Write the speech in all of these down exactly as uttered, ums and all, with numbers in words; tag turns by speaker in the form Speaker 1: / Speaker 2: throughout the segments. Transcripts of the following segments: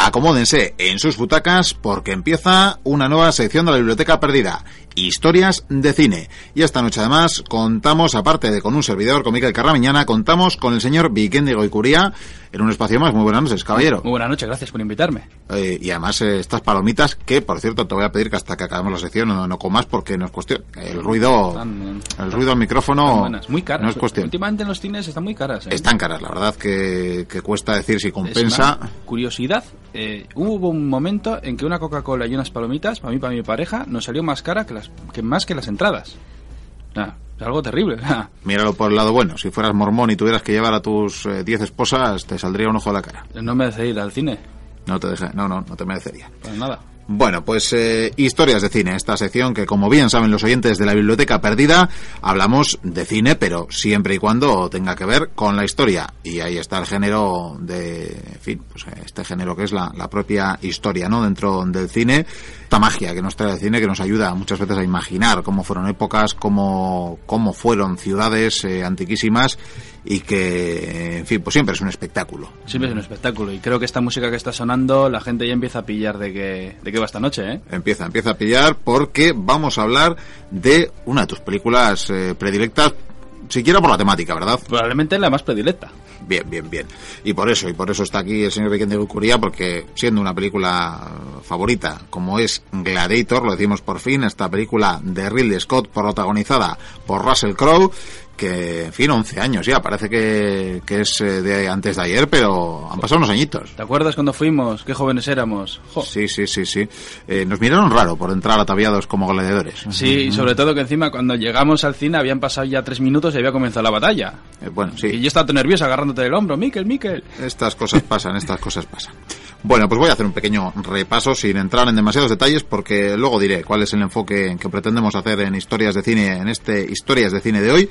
Speaker 1: acomódense en sus butacas porque empieza una nueva sección de la Biblioteca Perdida, Historias de Cine. Y esta noche además contamos, aparte de con un servidor, con Miquel Carramiñana, contamos con el señor Vikendi Goicuría en un espacio más. Muy buenas noches, caballero.
Speaker 2: Muy buenas noches, gracias por invitarme.
Speaker 1: Eh, y además eh, estas palomitas que, por cierto, te voy a pedir que hasta que acabemos la sección no, no comas porque no es cuestión. El ruido
Speaker 2: Están,
Speaker 1: el ruido al micrófono
Speaker 2: buenas, muy caras.
Speaker 1: No es cuestión.
Speaker 2: Últimamente en los cines están muy caras. ¿eh?
Speaker 1: Están caras, la verdad que, que cuesta decir si compensa.
Speaker 2: Curiosidad, eh, hubo un momento en que una Coca-Cola y unas palomitas, para mí y para mi pareja, nos salió más cara que las que más que las entradas. Nah, es algo terrible. Nah.
Speaker 1: Míralo por el lado bueno. Si fueras mormón y tuvieras que llevar a tus diez eh, esposas, te saldría un ojo de la cara.
Speaker 2: No merece ir al cine.
Speaker 1: No te deja, no, no, no te merecería.
Speaker 2: Pues nada.
Speaker 1: Bueno, pues eh, historias de cine, esta sección que, como bien saben los oyentes de la Biblioteca Perdida, hablamos de cine, pero siempre y cuando tenga que ver con la historia. Y ahí está el género de, en fin, pues este género que es la, la propia historia, ¿no? Dentro del cine, esta magia que nos trae el cine, que nos ayuda muchas veces a imaginar cómo fueron épocas, cómo, cómo fueron ciudades eh, antiquísimas, y que, en fin, pues siempre es un espectáculo.
Speaker 2: Siempre es un espectáculo, y creo que esta música que está sonando, la gente ya empieza a pillar de que, de qué va esta noche, ¿eh?
Speaker 1: Empieza, empieza a pillar porque vamos a hablar de una de tus películas eh, predilectas, siquiera por la temática, ¿verdad?
Speaker 2: Probablemente la más predilecta.
Speaker 1: Bien, bien, bien. Y por eso, y por eso está aquí el señor Vikendi Goicuría, porque siendo una película favorita, como es Gladiator, lo decimos por fin, esta película de Ridley Scott protagonizada por Russell Crowe, que, en fin, once años ya, parece que, que es de antes de ayer, pero han pasado unos añitos.
Speaker 2: ¿Te acuerdas cuando fuimos? Qué jóvenes éramos. Jo.
Speaker 1: Sí, sí, sí, sí. Eh, nos miraron raro por entrar ataviados como gladiadores.
Speaker 2: Sí, y sobre todo que encima cuando llegamos al cine habían pasado ya tres minutos y había comenzado la batalla.
Speaker 1: Eh, bueno, sí.
Speaker 2: Y yo estaba tan nervioso agarrándote del hombro, Miquel, Miquel.
Speaker 1: Estas cosas pasan, estas cosas pasan. Bueno, pues voy a hacer un pequeño repaso sin entrar en demasiados detalles porque luego diré cuál es el enfoque que pretendemos hacer en Historias de Cine, en este Historias de Cine de hoy,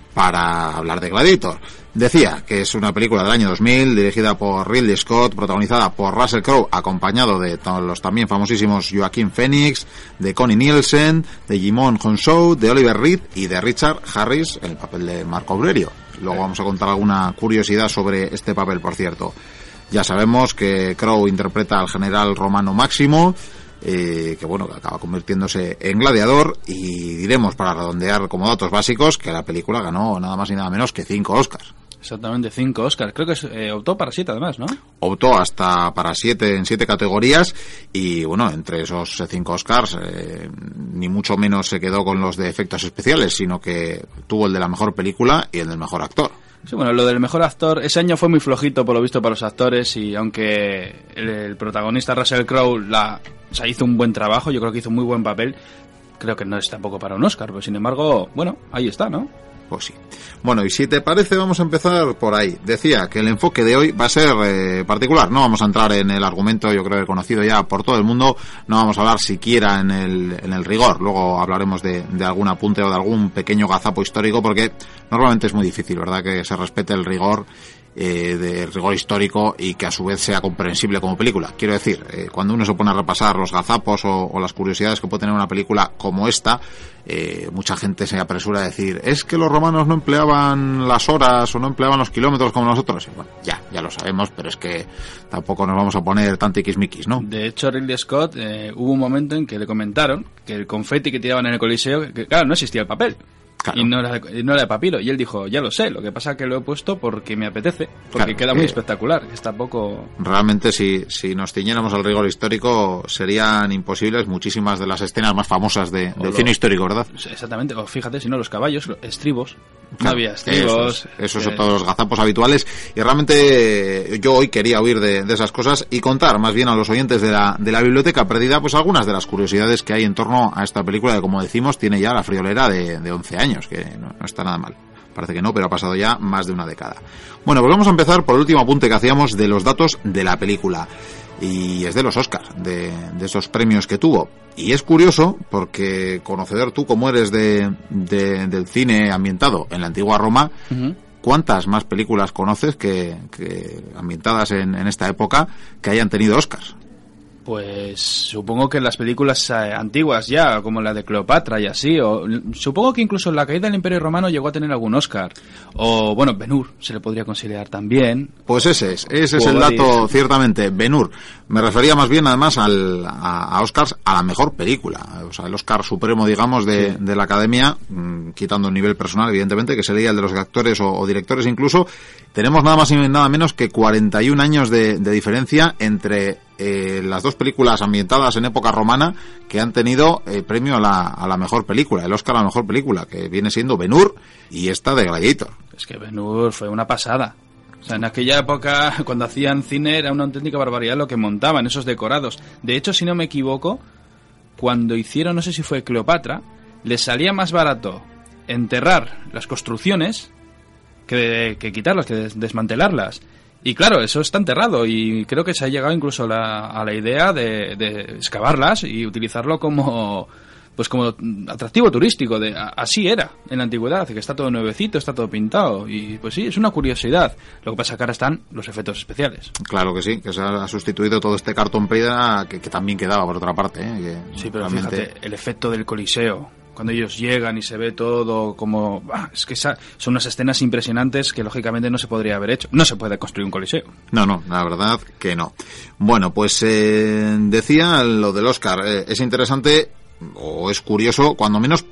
Speaker 1: para hablar de Gladiator. Decía que es una película del año dos mil, dirigida por Ridley Scott, protagonizada por Russell Crowe, acompañado de todos los también famosísimos Joaquin Phoenix, de Connie Nielsen, de Djimon Hounsou, de Oliver Reed y de Richard Harris en el papel de Marco Aurelio. Luego vamos a contar alguna curiosidad sobre este papel, por cierto. Ya sabemos que Crowe interpreta al general romano Máximo, Eh, que bueno, que acaba convirtiéndose en gladiador, y diremos, para redondear como datos básicos, que la película ganó nada más y nada menos que cinco Oscars.
Speaker 2: Exactamente, cinco Oscars. Creo que eh, optó para siete además, ¿no?
Speaker 1: Optó hasta para siete en siete categorías, y bueno, entre esos cinco Oscars eh, ni mucho menos se quedó con los de efectos especiales, sino que tuvo el de la mejor película y el del mejor actor.
Speaker 2: Sí, bueno, lo del mejor actor, ese año fue muy flojito por lo visto para los actores, y aunque el, el protagonista Russell Crowe la, o sea, hizo un buen trabajo, yo creo que hizo un muy buen papel, creo que no es tampoco para un Oscar, pero sin embargo, bueno, ahí está, ¿no?
Speaker 1: Pues sí. Bueno, y si te parece, vamos a empezar por ahí. Decía que el enfoque de hoy va a ser eh, particular. No vamos a entrar en el argumento, yo creo que conocido ya por todo el mundo. No vamos a hablar siquiera en el, en el rigor. Luego hablaremos de, de algún apunte o de algún pequeño gazapo histórico, porque normalmente es muy difícil, ¿verdad?, que se respete el rigor eh, de rigor histórico y que a su vez sea comprensible como película. Quiero decir, eh, cuando uno se pone a repasar los gazapos o, o las curiosidades que puede tener una película como esta, eh, mucha gente se apresura a decir, es que los romanos no empleaban las horas o no empleaban los kilómetros como nosotros. Y bueno, ya, ya lo sabemos, pero es que tampoco nos vamos a poner tan tiquismiquis, ¿no?
Speaker 2: De hecho, Ridley Scott, eh, hubo un momento en que le comentaron que el confeti que tiraban en el Coliseo, que claro, no existía el papel. Claro. Y no era, de, no era de papiro. Y él dijo, ya lo sé, lo que pasa es que lo he puesto porque me apetece, porque claro, queda muy eh, espectacular. Está poco...
Speaker 1: Realmente, si, si nos ciñéramos al rigor histórico, serían imposibles muchísimas de las escenas más famosas de, del lo, cine histórico, ¿verdad?
Speaker 2: Exactamente. O fíjate, si no, los caballos, los estribos. Claro, no había estribos.
Speaker 1: Esos, esos son todos los gazapos habituales. Y realmente yo hoy quería huir de, de esas cosas y contar más bien a los oyentes de la, de la Biblioteca Perdida, pues algunas de las curiosidades que hay en torno a esta película, que como decimos, tiene ya la friolera de, de once años. Que no, no está nada mal. Parece que no, pero ha pasado ya más de una década. Bueno, pues vamos a empezar por el último apunte que hacíamos de los datos de la película. Y es de los Oscars, de, de esos premios que tuvo. Y es curioso porque, conocedor tú como eres de, de, del cine ambientado en la antigua Roma, uh-huh. ¿cuántas más películas conoces que, que ambientadas en, en esta época que hayan tenido Oscars?
Speaker 2: Pues supongo que en las películas eh, antiguas ya, como la de Cleopatra y así, o supongo que incluso en la caída del Imperio Romano llegó a tener algún Oscar. O, bueno, Ben-Hur se le podría considerar también.
Speaker 1: Pues ese es, ese es el dato, ciertamente, Ben-Hur. Me refería más bien, además, al, a, a Oscars, a la mejor película. O sea, el Oscar supremo, digamos, de, sí. de la Academia, mmm, quitando el nivel personal, evidentemente, que sería el de los actores o, o directores incluso. Tenemos nada más y nada menos que cuarenta y un años de, de diferencia entre eh, las dos películas ambientadas en época romana que han tenido eh, premio a la, a la mejor película, el Oscar a la mejor película, que viene siendo Ben-Hur y esta de Gladiator.
Speaker 2: Es que Ben-Hur fue una pasada. O sea, en aquella época, cuando hacían cine, era una auténtica barbaridad lo que montaban, esos decorados. De hecho, si no me equivoco, cuando hicieron, no sé si fue Cleopatra, les salía más barato enterrar las construcciones que, que quitarlas, que des- desmantelarlas. Y claro, eso está enterrado y creo que se ha llegado incluso la, a la idea de, de excavarlas y utilizarlo como... pues como atractivo turístico, de así era en la antigüedad, que está todo nuevecito, está todo pintado, y pues sí, es una curiosidad. Lo que pasa es que ahora están los efectos especiales.
Speaker 1: Claro que sí, que se ha sustituido todo este cartón piedra que, que también quedaba por otra parte, ¿eh? Que
Speaker 2: sí, pero
Speaker 1: realmente...
Speaker 2: fíjate, el efecto del Coliseo, cuando ellos llegan y se ve todo como... Ah, es que esa, son unas escenas impresionantes que lógicamente no se podría haber hecho. No se puede construir un Coliseo.
Speaker 1: No, no, la verdad que no. Bueno, pues eh, decía lo del Oscar, eh, es interesante... o es curioso, cuando menos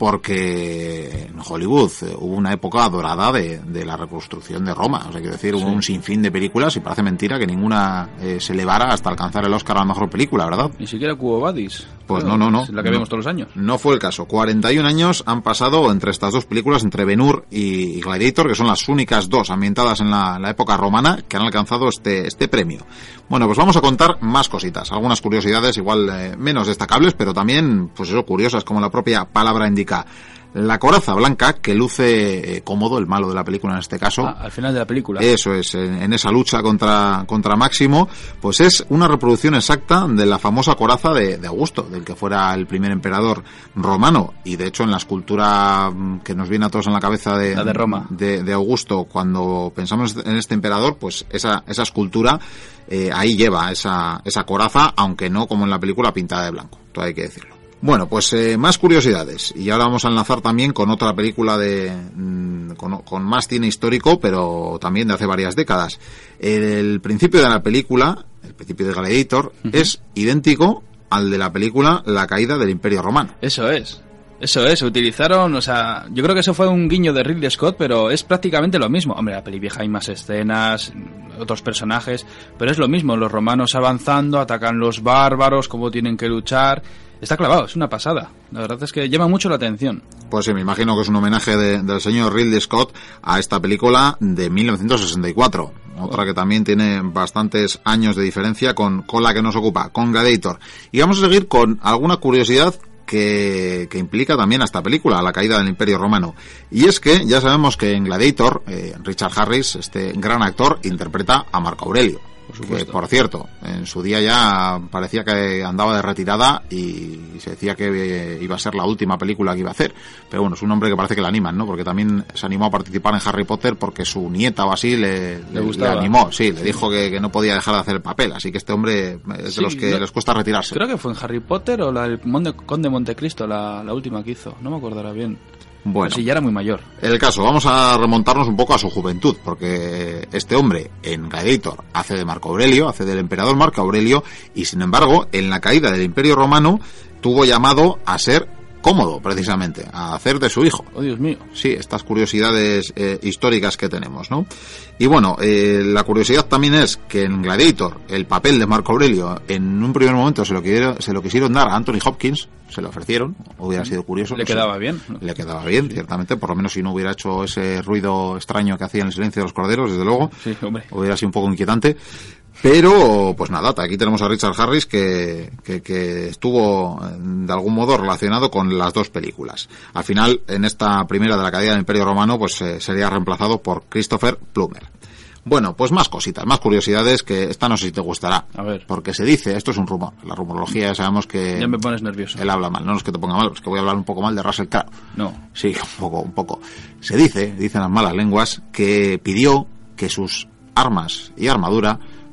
Speaker 1: porque en Hollywood eh, hubo una época dorada de, de la reconstrucción de Roma. O sea, quiero decir, hubo sí. un sinfín de películas y parece mentira que ninguna eh, se elevara hasta alcanzar el Oscar a la mejor película, ¿verdad?
Speaker 2: Ni siquiera Quo Vadis.
Speaker 1: Pues no, no, no.
Speaker 2: Es la que
Speaker 1: no,
Speaker 2: vemos todos los años.
Speaker 1: No fue el caso. cuarenta y un años han pasado entre estas dos películas, entre Ben-Hur y, y Gladiator, que son las únicas dos ambientadas en la, la época romana que han alcanzado este, este premio. Bueno, pues vamos a contar más cositas. Algunas curiosidades igual eh, menos destacables, pero también, pues eso, curiosas, como la propia palabra indica. La coraza blanca, que luce eh, cómodo, el malo de la película en este caso.
Speaker 2: Ah, al final de la película.
Speaker 1: Eso es, en, en esa lucha contra, contra Máximo, pues es una reproducción exacta de la famosa coraza de, de Augusto, del que fuera el primer emperador romano. Y de hecho, en la escultura que nos viene a todos en la cabeza de,
Speaker 2: la de Roma,
Speaker 1: de, de Augusto, cuando pensamos en este emperador, pues esa, esa escultura eh, ahí lleva esa, esa coraza, aunque no como en la película pintada de blanco, todo hay que decirlo. Bueno, pues eh, más curiosidades, y ahora vamos a enlazar también con otra película de mmm, con, con más cine histórico, pero también de hace varias décadas. El principio de la película, el principio de Gladiator, uh-huh. es idéntico al de la película La caída del Imperio Romano.
Speaker 2: Eso es. Eso es, utilizaron, o sea, yo creo que eso fue un guiño de Ridley Scott, pero es prácticamente lo mismo. Hombre, la peli vieja hay más escenas, otros personajes, pero es lo mismo, los romanos avanzando, atacan los bárbaros, cómo tienen que luchar. Está clavado, es una pasada. La verdad es que llama mucho la atención.
Speaker 1: Pues sí, me imagino que es un homenaje de, del señor Ridley Scott a esta película de mil novecientos sesenta y cuatro. Otra que también tiene bastantes años de diferencia con, con la que nos ocupa, con Gladiator. Y vamos a seguir con alguna curiosidad que, que implica también a esta película, a la caída del Imperio Romano. Y es que ya sabemos que en Gladiator, eh, Richard Harris, este gran actor, interpreta a Marco Aurelio. Por que, por cierto, en su día ya parecía que andaba de retirada y se decía que iba a ser la última película que iba a hacer. Pero bueno, es un hombre que parece que le animan, ¿no? Porque también se animó a participar en Harry Potter porque su nieta o así le, le, le, le animó. Sí, le dijo que, que no podía dejar de hacer el papel. Así que este hombre es
Speaker 2: sí,
Speaker 1: de los que no, les cuesta retirarse.
Speaker 2: Creo que fue en Harry Potter o la del Conde Montecristo, la, la última que hizo. No me acordará bien.
Speaker 1: Bueno,
Speaker 2: sí, ya era muy mayor.
Speaker 1: El caso, vamos a remontarnos un poco a su juventud, porque este hombre en Gladiator hace de Marco Aurelio, hace del emperador Marco Aurelio, y sin embargo, en la caída del Imperio Romano, tuvo llamado a ser Cómodo, precisamente, a hacer de su hijo.
Speaker 2: Oh, Dios mío.
Speaker 1: Sí, estas curiosidades eh, históricas que tenemos, ¿no? Y bueno, eh, la curiosidad también es que en Gladiator, el papel de Marco Aurelio, en un primer momento se lo quisieron, se lo quisieron dar a Anthony Hopkins, se lo ofrecieron, hubiera sido curioso.
Speaker 2: Le
Speaker 1: no
Speaker 2: quedaba
Speaker 1: sé,
Speaker 2: bien, ¿no?
Speaker 1: Le quedaba bien, sí. Ciertamente, por lo menos si no hubiera hecho ese ruido extraño que hacía en El silencio de los corderos, desde luego.
Speaker 2: Sí, hombre.
Speaker 1: Hubiera sido un poco inquietante. Pero, pues nada, aquí tenemos a Richard Harris que, que, que estuvo de algún modo relacionado con las dos películas. Al final, en esta primera de la caída del Imperio Romano, pues eh, sería reemplazado por Christopher Plummer. Bueno, pues más cositas, más curiosidades que esta no sé si te gustará.
Speaker 2: A ver.
Speaker 1: Porque se dice, esto es un rumor, la rumorología ya sabemos que...
Speaker 2: Ya me pones nervioso.
Speaker 1: Él habla mal, no es que te ponga mal, es que voy a hablar un poco mal de Russell Crowe.
Speaker 2: No.
Speaker 1: Sí, un poco, un poco. Se dice, dicen las malas lenguas, que pidió que sus armas y armadura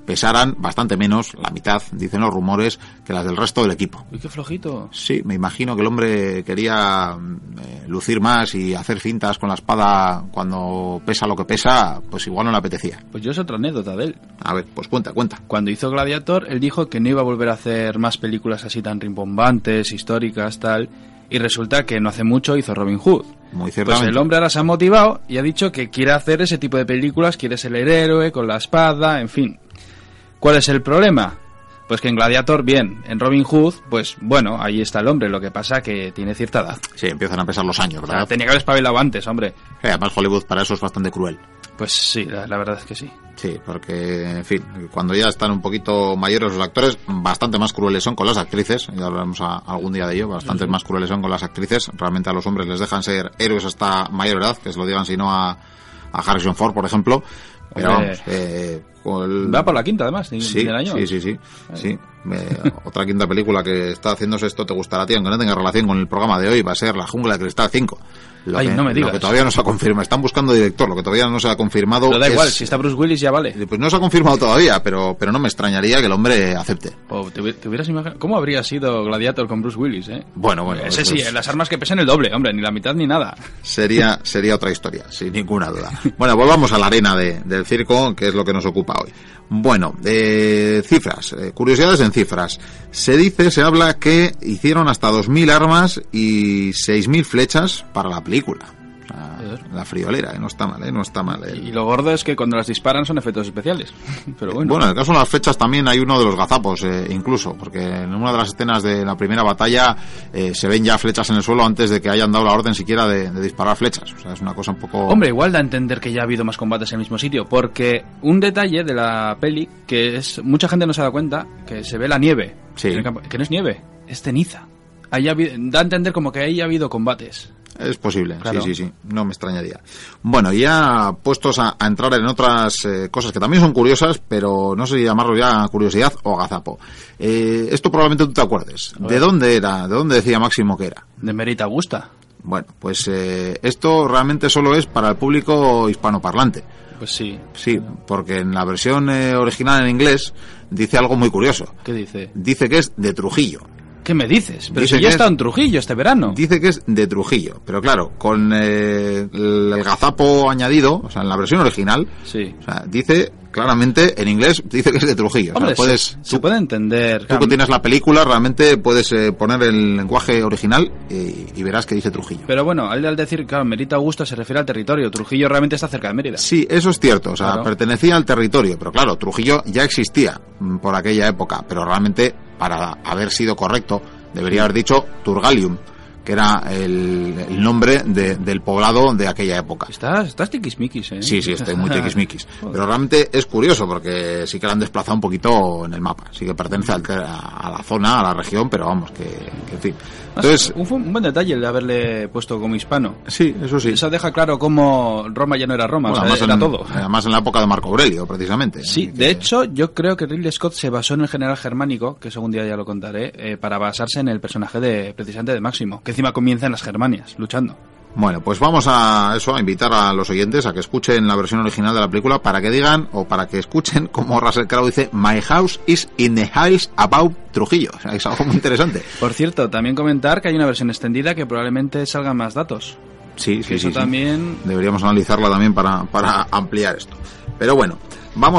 Speaker 1: pesaran bastante menos, la mitad, dicen los rumores, que las del resto del equipo.
Speaker 2: Uy, qué flojito.
Speaker 1: Sí, me imagino que el hombre quería eh, lucir más y hacer cintas con la espada cuando pesa lo que pesa, pues igual no le apetecía.
Speaker 2: Pues yo es otra anécdota de él.
Speaker 1: A ver, pues cuenta, cuenta.
Speaker 2: Cuando hizo Gladiator, él dijo que no iba a volver a hacer más películas así tan rimbombantes, históricas, tal, y resulta que no hace mucho hizo Robin Hood.
Speaker 1: Muy ciertamente.
Speaker 2: Pues el hombre ahora se ha motivado y ha dicho que quiere hacer ese tipo de películas, quiere ser el héroe con la espada, en fin. ¿Cuál es el problema? Pues que en Gladiator, bien. En Robin Hood, pues bueno, ahí está el hombre. Lo que pasa que tiene cierta edad.
Speaker 1: Sí, empiezan a pesar los años, ¿verdad?
Speaker 2: O sea, tenía que haber espabilado antes, hombre.
Speaker 1: Sí, además Hollywood para eso es bastante cruel.
Speaker 2: Pues sí, la, la verdad es que sí.
Speaker 1: Sí, porque, en fin, cuando ya están un poquito mayores los actores, bastante más crueles son con las actrices, ya hablaremos a, algún día de ello, bastante sí, sí. más crueles son con las actrices. Realmente a los hombres les dejan ser héroes hasta mayor edad, que se lo digan si no a, a Harrison Ford, por ejemplo. Pero vamos, eh, el...
Speaker 2: va por la quinta además, ni,
Speaker 1: sí,
Speaker 2: ni del año.
Speaker 1: Sí, sí, sí, sí. Eh, otra quinta película que está haciéndose esto te gustará a ti, aunque no tenga relación con el programa de hoy, va a ser La Jungla de Cristal cinco. Lo,
Speaker 2: Ay,
Speaker 1: que,
Speaker 2: no me digas.
Speaker 1: Lo que todavía no se ha confirmado. Están buscando director, lo que todavía no se ha confirmado.
Speaker 2: Pero da
Speaker 1: es...
Speaker 2: igual, si está Bruce Willis ya vale.
Speaker 1: Pues no se ha confirmado todavía, pero pero no me extrañaría que el hombre acepte.
Speaker 2: Oh, ¿te, te hubieras imaginado? ¿Cómo habría sido Gladiator con Bruce Willis, eh?
Speaker 1: Bueno, bueno.
Speaker 2: Ese sí, pues... las armas que pesan el doble, hombre, ni la mitad ni nada.
Speaker 1: Sería sería otra historia, sin ninguna duda. Bueno, volvamos a la arena de, del circo, que es lo que nos ocupa hoy. Bueno, eh, cifras, eh, curiosidades en cifras. Se dice, se habla que hicieron hasta dos mil armas y seis mil flechas para la película. La, la friolera, eh, no está mal, eh, no está mal. Eh.
Speaker 2: Y lo gordo es que cuando las disparan son efectos especiales. Pero bueno.
Speaker 1: Bueno, en el caso de las flechas también hay uno de los gazapos, eh, incluso, porque en una de las escenas de la primera batalla eh, se ven ya flechas en el suelo antes de que hayan dado la orden siquiera de, de disparar flechas. O sea, es una cosa un poco...
Speaker 2: Hombre, igual da a entender que ya ha habido más combates en el mismo sitio, porque un detalle de la peli que es mucha gente no se da cuenta, que se ve la nieve.
Speaker 1: Sí.
Speaker 2: En el campo, que no es nieve, es ceniza. Ahí ha habido, da a entender como que ahí ha habido combates.
Speaker 1: Es posible, claro. sí, sí, sí, no me extrañaría. Bueno, ya puestos a, a entrar en otras eh, cosas que también son curiosas, pero no sé si llamarlo ya curiosidad o gazapo. Eh, esto probablemente tú te acuerdes. ¿De dónde era? ¿De dónde decía Máximo que era?
Speaker 2: De Mérida Augusta.
Speaker 1: Bueno, pues eh, esto realmente solo es para el público hispanoparlante.
Speaker 2: Pues sí.
Speaker 1: Sí, porque en la versión eh, original en inglés dice algo muy curioso.
Speaker 2: ¿Qué dice?
Speaker 1: Dice que es de Trujillo.
Speaker 2: ¿Qué me dices? Pero
Speaker 1: dice
Speaker 2: si ya
Speaker 1: es,
Speaker 2: está en Trujillo este verano.
Speaker 1: Dice que es de Trujillo, pero claro, con eh, el, el gazapo añadido, o sea, en la versión original,
Speaker 2: sí.
Speaker 1: O sea, dice claramente en inglés, dice que es de Trujillo.
Speaker 2: Hombre,
Speaker 1: o sea, puedes,
Speaker 2: se, se puede entender.
Speaker 1: Tú claro. que tienes la película, realmente puedes eh, poner el lenguaje original y, y verás que dice Trujillo.
Speaker 2: Pero bueno, al, al decir, claro, Mérida Augusta se refiere al territorio. Trujillo realmente está cerca de Mérida.
Speaker 1: Sí, eso es cierto, o sea,
Speaker 2: claro.
Speaker 1: pertenecía al territorio, pero claro, Trujillo ya existía por aquella época, pero realmente, para haber sido correcto, debería haber dicho Turgalium, que era el, el nombre de, del poblado de aquella época.
Speaker 2: Estás, estás tiquismiquis, ¿eh?
Speaker 1: Sí, sí, estoy muy tiquismiquis. Pero realmente es curioso porque sí que la han desplazado un poquito en el mapa. Sí que pertenece al, a la zona, a la región, pero vamos, que, que en fin. Entonces,
Speaker 2: un, un buen detalle el de haberle puesto como hispano.
Speaker 1: Sí, eso sí.
Speaker 2: Eso deja claro cómo Roma ya no era Roma, bueno, o sea, era
Speaker 1: en,
Speaker 2: todo.
Speaker 1: Además en la época de Marco Aurelio, precisamente.
Speaker 2: Sí,
Speaker 1: que...
Speaker 2: de hecho, yo creo que Ridley Scott se basó en el general germánico, que eso algún día ya lo contaré, eh, para basarse en el personaje de precisamente de Máximo, que encima comienza en las Germanias, luchando.
Speaker 1: Bueno, pues vamos a eso, a invitar a los oyentes a que escuchen la versión original de la película para que digan, o para que escuchen como Russell Crowe dice, My house is in the hills above Trujillo. O sea, es algo muy interesante.
Speaker 2: Por cierto, también comentar que hay una versión extendida que probablemente salgan más datos.
Speaker 1: Sí, sí,
Speaker 2: eso
Speaker 1: sí.
Speaker 2: también...
Speaker 1: Sí. Deberíamos analizarla también para, para ampliar esto. Pero bueno, vamos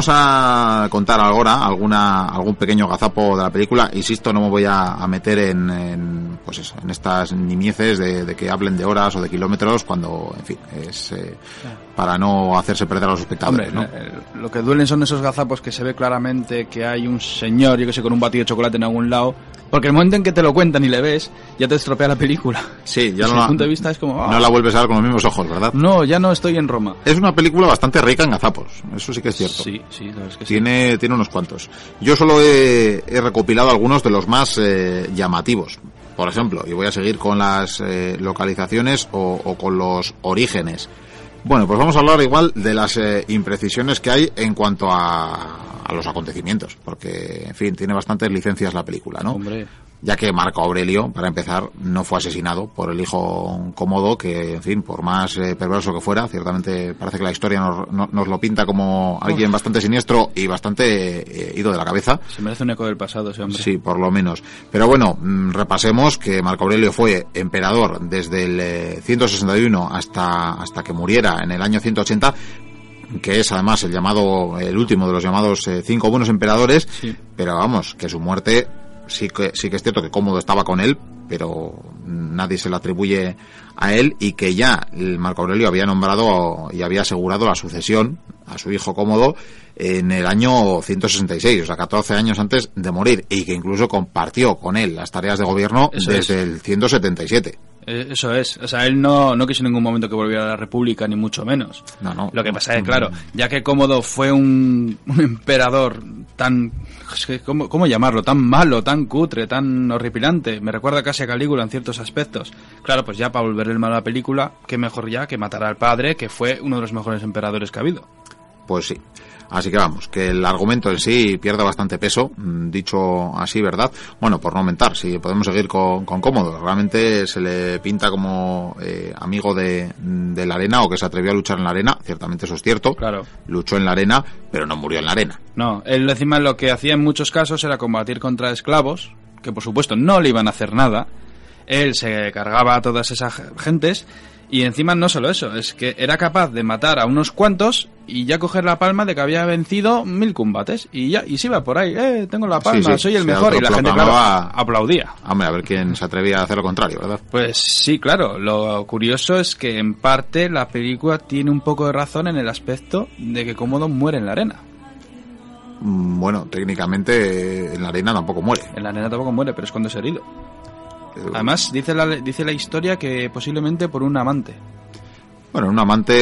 Speaker 1: a contar ahora alguna algún pequeño gazapo de la película. Insisto, no me voy a, a meter en, en pues eso, en estas nimiezes de, de que hablen de horas o de kilómetros cuando, en fin, es eh, para no hacerse perder a los espectadores.
Speaker 2: Hombre,
Speaker 1: ¿no?
Speaker 2: eh, lo que duelen son esos gazapos que se ve claramente que hay un señor, yo que sé, con un batido de chocolate en algún lado, porque el momento en que te lo cuentan y le ves, ya te estropea la película.
Speaker 1: Sí, ya
Speaker 2: Desde
Speaker 1: no
Speaker 2: el
Speaker 1: la,
Speaker 2: punto de vista es como... Oh,
Speaker 1: no la vuelves a ver con los mismos ojos, ¿verdad?
Speaker 2: No, ya no estoy en Roma.
Speaker 1: Es una película bastante rica en gazapos, eso sí que es cierto.
Speaker 2: Sí, sí, la verdad es que
Speaker 1: tiene,
Speaker 2: sí.
Speaker 1: Tiene unos cuantos. Yo solo he, he recopilado algunos de los más eh, llamativos. Por ejemplo, y voy a seguir con las eh, localizaciones o, o con los orígenes. Bueno, pues vamos a hablar igual de las eh, imprecisiones que hay en cuanto a, a los acontecimientos, porque, en fin, tiene bastantes licencias la película, ¿no?
Speaker 2: Hombre.
Speaker 1: ya que Marco Aurelio, para empezar, no fue asesinado por el hijo Cómodo, que, en fin, por más eh, perverso que fuera, ciertamente parece que la historia nos, no, nos lo pinta como alguien bastante siniestro y bastante eh, ido de la cabeza.
Speaker 2: Se merece un eco del pasado ese hombre.
Speaker 1: Sí, por lo menos. Pero bueno, mmm, repasemos que Marco Aurelio fue emperador desde el eh, ciento sesenta y uno hasta, hasta que muriera en el año ciento ochenta, que es además el llamado, el último de los llamados eh, cinco buenos emperadores, sí. Pero vamos, que su muerte sí que, sí que es cierto que Cómodo estaba con él, pero nadie se le atribuye a él, y que ya el Marco Aurelio había nombrado y había asegurado la sucesión a su hijo Cómodo en el año ciento sesenta y seis, o sea, catorce años antes de morir, y que incluso compartió con él las tareas de gobierno Eso desde es. el ciento setenta y siete.
Speaker 2: Eso es, o sea, él no, no quiso en ningún momento que volviera a la República, ni mucho menos.
Speaker 1: No, no.
Speaker 2: Lo que pasa es que, claro, ya que Cómodo fue un, un emperador tan, ¿cómo, ¿cómo llamarlo? Tan malo, tan cutre, tan horripilante. Me recuerda casi a Calígula en ciertos aspectos. Claro, pues ya para volverle el mal a la película, qué mejor ya que matar al padre, que fue uno de los mejores emperadores que ha habido.
Speaker 1: Pues sí. Así que vamos, que el argumento en sí pierde bastante peso, dicho así, ¿verdad? Bueno, por no aumentar, si podemos seguir con, con Cómodo. Realmente se le pinta como eh, amigo de, de la arena, o que se atrevió a luchar en la arena. Ciertamente eso es cierto.
Speaker 2: Claro.
Speaker 1: Luchó en la arena, pero no murió en la arena.
Speaker 2: No, él encima lo que hacía en muchos casos era combatir contra esclavos, que por supuesto no le iban a hacer nada. Él se cargaba a todas esas gentes. Y encima no solo eso, es que era capaz de matar a unos cuantos y ya coger la palma de que había vencido mil combates. Y ya, y se iba por ahí, eh, tengo la palma, sí, sí, soy el mejor. Y la gente, claro, aplaudía.
Speaker 1: Hombre, a ver quién se atrevía a hacer lo contrario, ¿verdad?
Speaker 2: Pues sí, claro. Lo curioso es que en parte la película tiene un poco de razón en el aspecto de que Cómodo muere en la arena.
Speaker 1: Bueno, técnicamente en la arena tampoco muere.
Speaker 2: En la arena tampoco muere, pero es cuando es herido. Además, dice la, dice la historia que posiblemente por un amante.
Speaker 1: Bueno, un amante,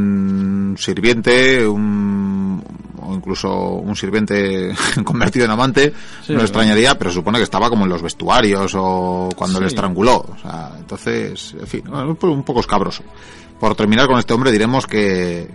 Speaker 1: un sirviente, un, o incluso un sirviente convertido en amante, sí, no extrañaría, pero supone que estaba como en los vestuarios o cuando sí. le estranguló. O sea, entonces, en fin, un poco escabroso. Por terminar con este hombre, diremos que,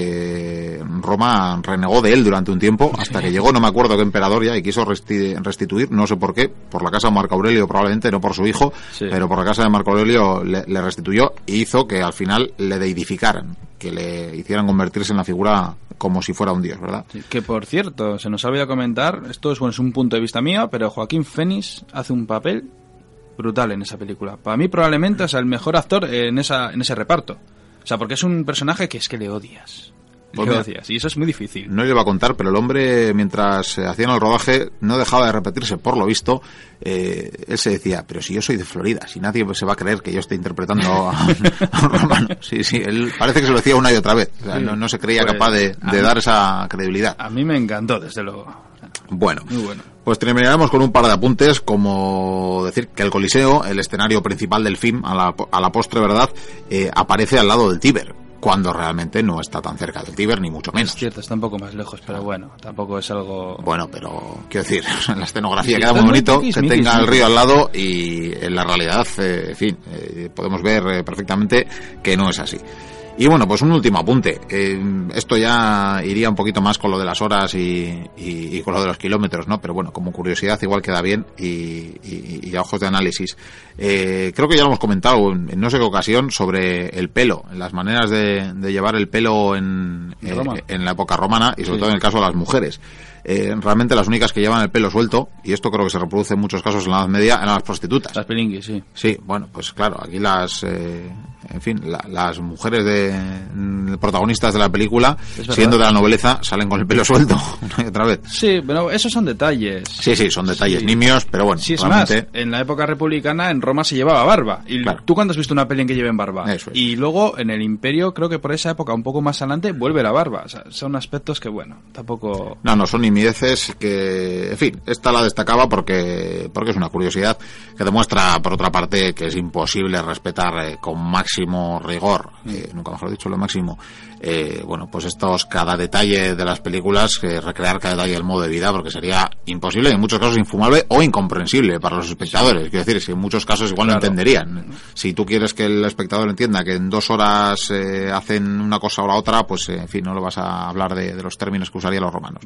Speaker 1: que Roma renegó de él durante un tiempo, hasta que llegó, no me acuerdo qué emperador ya, y quiso restituir, no sé por qué, por la casa de Marco Aurelio probablemente, no por su hijo, sí. pero por la casa de Marco Aurelio le, le restituyó e hizo que al final le deidificaran, que le hicieran convertirse en la figura como si fuera un dios, ¿verdad?
Speaker 2: Sí, que por cierto, se nos ha olvidado comentar, esto es, bueno, es un punto de vista mío, pero Joaquín Phoenix hace un papel brutal en esa película. Para mí probablemente es el mejor actor en esa en ese reparto. O sea, porque es un personaje que es que le odias. Le pues odias. Y eso es muy difícil.
Speaker 1: No le iba a contar, pero el hombre, mientras hacían el rodaje, no dejaba de repetirse, por lo visto. Eh, él se decía, pero si yo soy de Florida, si nadie se va a creer que yo estoy interpretando a, a un romano. Sí, sí, él parece que se lo decía una y otra vez. O sea, sí, no, no se creía pues, capaz de, de dar esa credibilidad.
Speaker 2: A mí me encantó, desde luego.
Speaker 1: Bueno,
Speaker 2: muy bueno.
Speaker 1: Pues terminaremos con un par de apuntes, como decir que el Coliseo, el escenario principal del film, a la, a la postre, ¿verdad?, eh, aparece al lado del Tíber, cuando realmente no está tan cerca del Tíber, ni mucho menos.
Speaker 2: Es cierto, está un poco más lejos, pero bueno, tampoco es algo...
Speaker 1: Bueno, pero, quiero decir, la escenografía sí, queda muy bonito, que tenga el río al lado, y en la realidad, eh, en fin, eh, podemos ver eh, perfectamente que no es así. Y bueno, pues un último apunte. Eh, esto ya iría un poquito más con lo de las horas y, y, y con lo de los kilómetros, ¿no? Pero bueno, como curiosidad igual queda bien y, y, y a ojos de análisis. Eh, creo que ya lo hemos comentado en, en no sé qué ocasión sobre el pelo, las maneras de, de llevar el pelo en, eh, en la época romana y sobre sí. todo en el caso de las mujeres. Eh, realmente las únicas que llevan el pelo suelto, y esto creo que se reproduce en muchos casos en la Edad Media, eran las prostitutas.
Speaker 2: Las pilinguis, sí.
Speaker 1: Sí, bueno, pues claro, aquí las, eh, en fin, la, las mujeres de protagonistas de la película, siendo de la nobleza, salen con el pelo suelto una y otra vez.
Speaker 2: Sí, pero esos son detalles.
Speaker 1: Sí, sí, son detalles sí. nimios, pero bueno.
Speaker 2: Sí, es realmente... más, en la época republicana en Roma se llevaba barba. Y claro. ¿Tú cuándo has visto una peli en que lleven barba?
Speaker 1: Eso es.
Speaker 2: Y luego en el Imperio, creo que por esa época, un poco más adelante, vuelve la barba. O sea, son aspectos que, bueno, tampoco...
Speaker 1: No, no, son nimideces que, en fin, esta la destacaba porque porque es una curiosidad que demuestra, por otra parte, que es imposible respetar eh, con máximo rigor, eh, nunca mejor dicho, lo máximo, eh, bueno, pues estos, cada detalle de las películas, eh, recrear cada detalle del modo de vida, porque sería imposible, en muchos casos infumable o incomprensible para los espectadores. Quiero decir, si en muchos casos igual claro. no entenderían. Si tú quieres que el espectador entienda que en dos horas eh, hacen una cosa o la otra, pues eh, en fin, no lo vas a hablar de, de los términos que usarían los romanos, ¿no?
Speaker 2: Bastante bien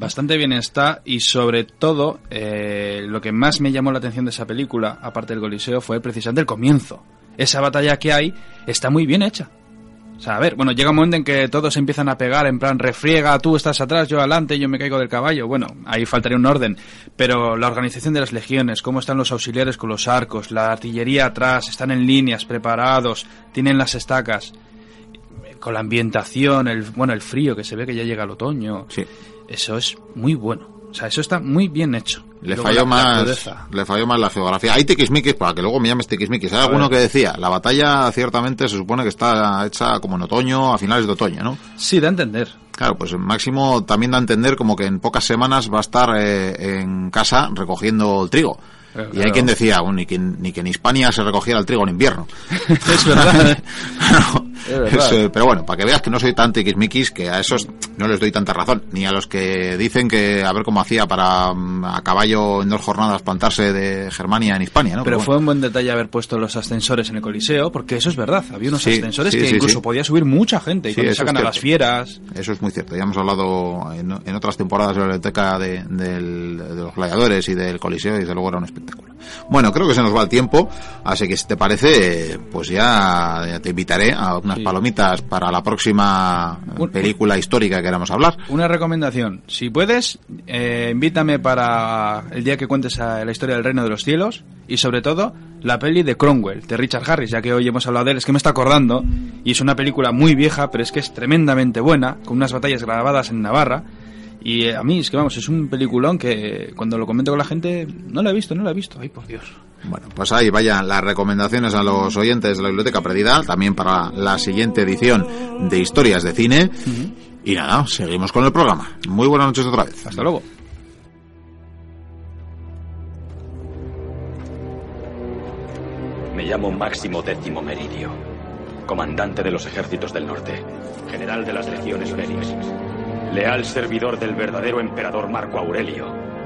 Speaker 2: bien está y sobre todo eh, lo que más me llamó la atención de esa película, aparte del Coliseo, fue precisamente el comienzo. Esa batalla que hay está muy bien hecha. O sea, a ver, bueno, llega un momento en que todos se empiezan a pegar, en plan, refriega, tú estás atrás, yo adelante, yo me caigo del caballo. Bueno, ahí faltaría un orden. Pero la organización de las legiones, cómo están los auxiliares con los arcos, la artillería atrás, están en líneas, preparados, tienen las estacas, con la ambientación, el bueno, el frío, que se ve que ya llega el otoño.
Speaker 1: Sí.
Speaker 2: Eso es muy bueno. O sea, eso está muy bien hecho.
Speaker 1: Le falló, la, más, la le falló más la geografía. Hay tiquismiquis, para que luego me llames tiquismiquis. Hay a alguno ver. que decía, la batalla ciertamente se supone que está hecha como en otoño, a finales de otoño, ¿no?
Speaker 2: Sí, da a entender.
Speaker 1: Claro, pues Máximo también da a entender como que en pocas semanas va a estar eh, en casa recogiendo el trigo. Pero, y hay claro. quien decía, bueno, ni, que, ni que en Hispania se recogiera el trigo en invierno.
Speaker 2: Es verdad.
Speaker 1: no, es verdad. Es, pero bueno, para que veas que no soy tan tiquismiquis, que a esos no les doy tanta razón. Ni a los que dicen que a ver cómo hacía para a caballo en dos jornadas plantarse de Germania en Hispania, ¿no?
Speaker 2: Pero, pero
Speaker 1: bueno.
Speaker 2: fue un buen detalle haber puesto los ascensores en el Coliseo, porque eso es verdad. Había unos
Speaker 1: sí,
Speaker 2: ascensores
Speaker 1: sí,
Speaker 2: que
Speaker 1: sí,
Speaker 2: incluso
Speaker 1: sí.
Speaker 2: podía subir mucha gente y
Speaker 1: sí,
Speaker 2: cuando sacan a las fieras.
Speaker 1: Eso es muy cierto. Ya hemos hablado en, en otras temporadas de la biblioteca de, del, de los gladiadores y del Coliseo y desde luego era un espectáculo. Bueno, creo que se nos va el tiempo, así que si te parece, pues ya, ya te invitaré a unas sí. palomitas para la próxima un, película histórica que queramos hablar.
Speaker 2: Una recomendación, si puedes, eh, invítame para el día que cuentes a la historia del Reino de los Cielos y sobre todo la peli de Cromwell, de Richard Harris, ya que hoy hemos hablado de él, es que me está acordando, y es una película muy vieja, pero es que es tremendamente buena, con unas batallas grabadas en Navarra. Y eh, a mí, es que vamos, es un peliculón que cuando lo comento con la gente, no lo he visto, no lo he visto, ay por Dios.
Speaker 1: Bueno, pues ahí vayan las recomendaciones a los oyentes de la Biblioteca Perdida, también para la siguiente edición de Historias de Cine. Uh-huh. Y nada, seguimos con el programa. Muy buenas noches otra vez.
Speaker 2: Hasta luego.
Speaker 3: Me llamo Máximo Décimo Meridio, comandante de los ejércitos del norte, general de las legiones Félix, leal servidor del verdadero emperador Marco Aurelio,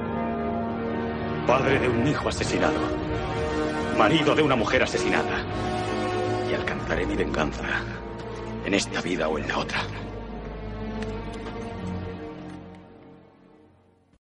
Speaker 3: padre de un hijo asesinado, marido de una mujer asesinada, y alcanzaré mi venganza en esta vida o en la otra.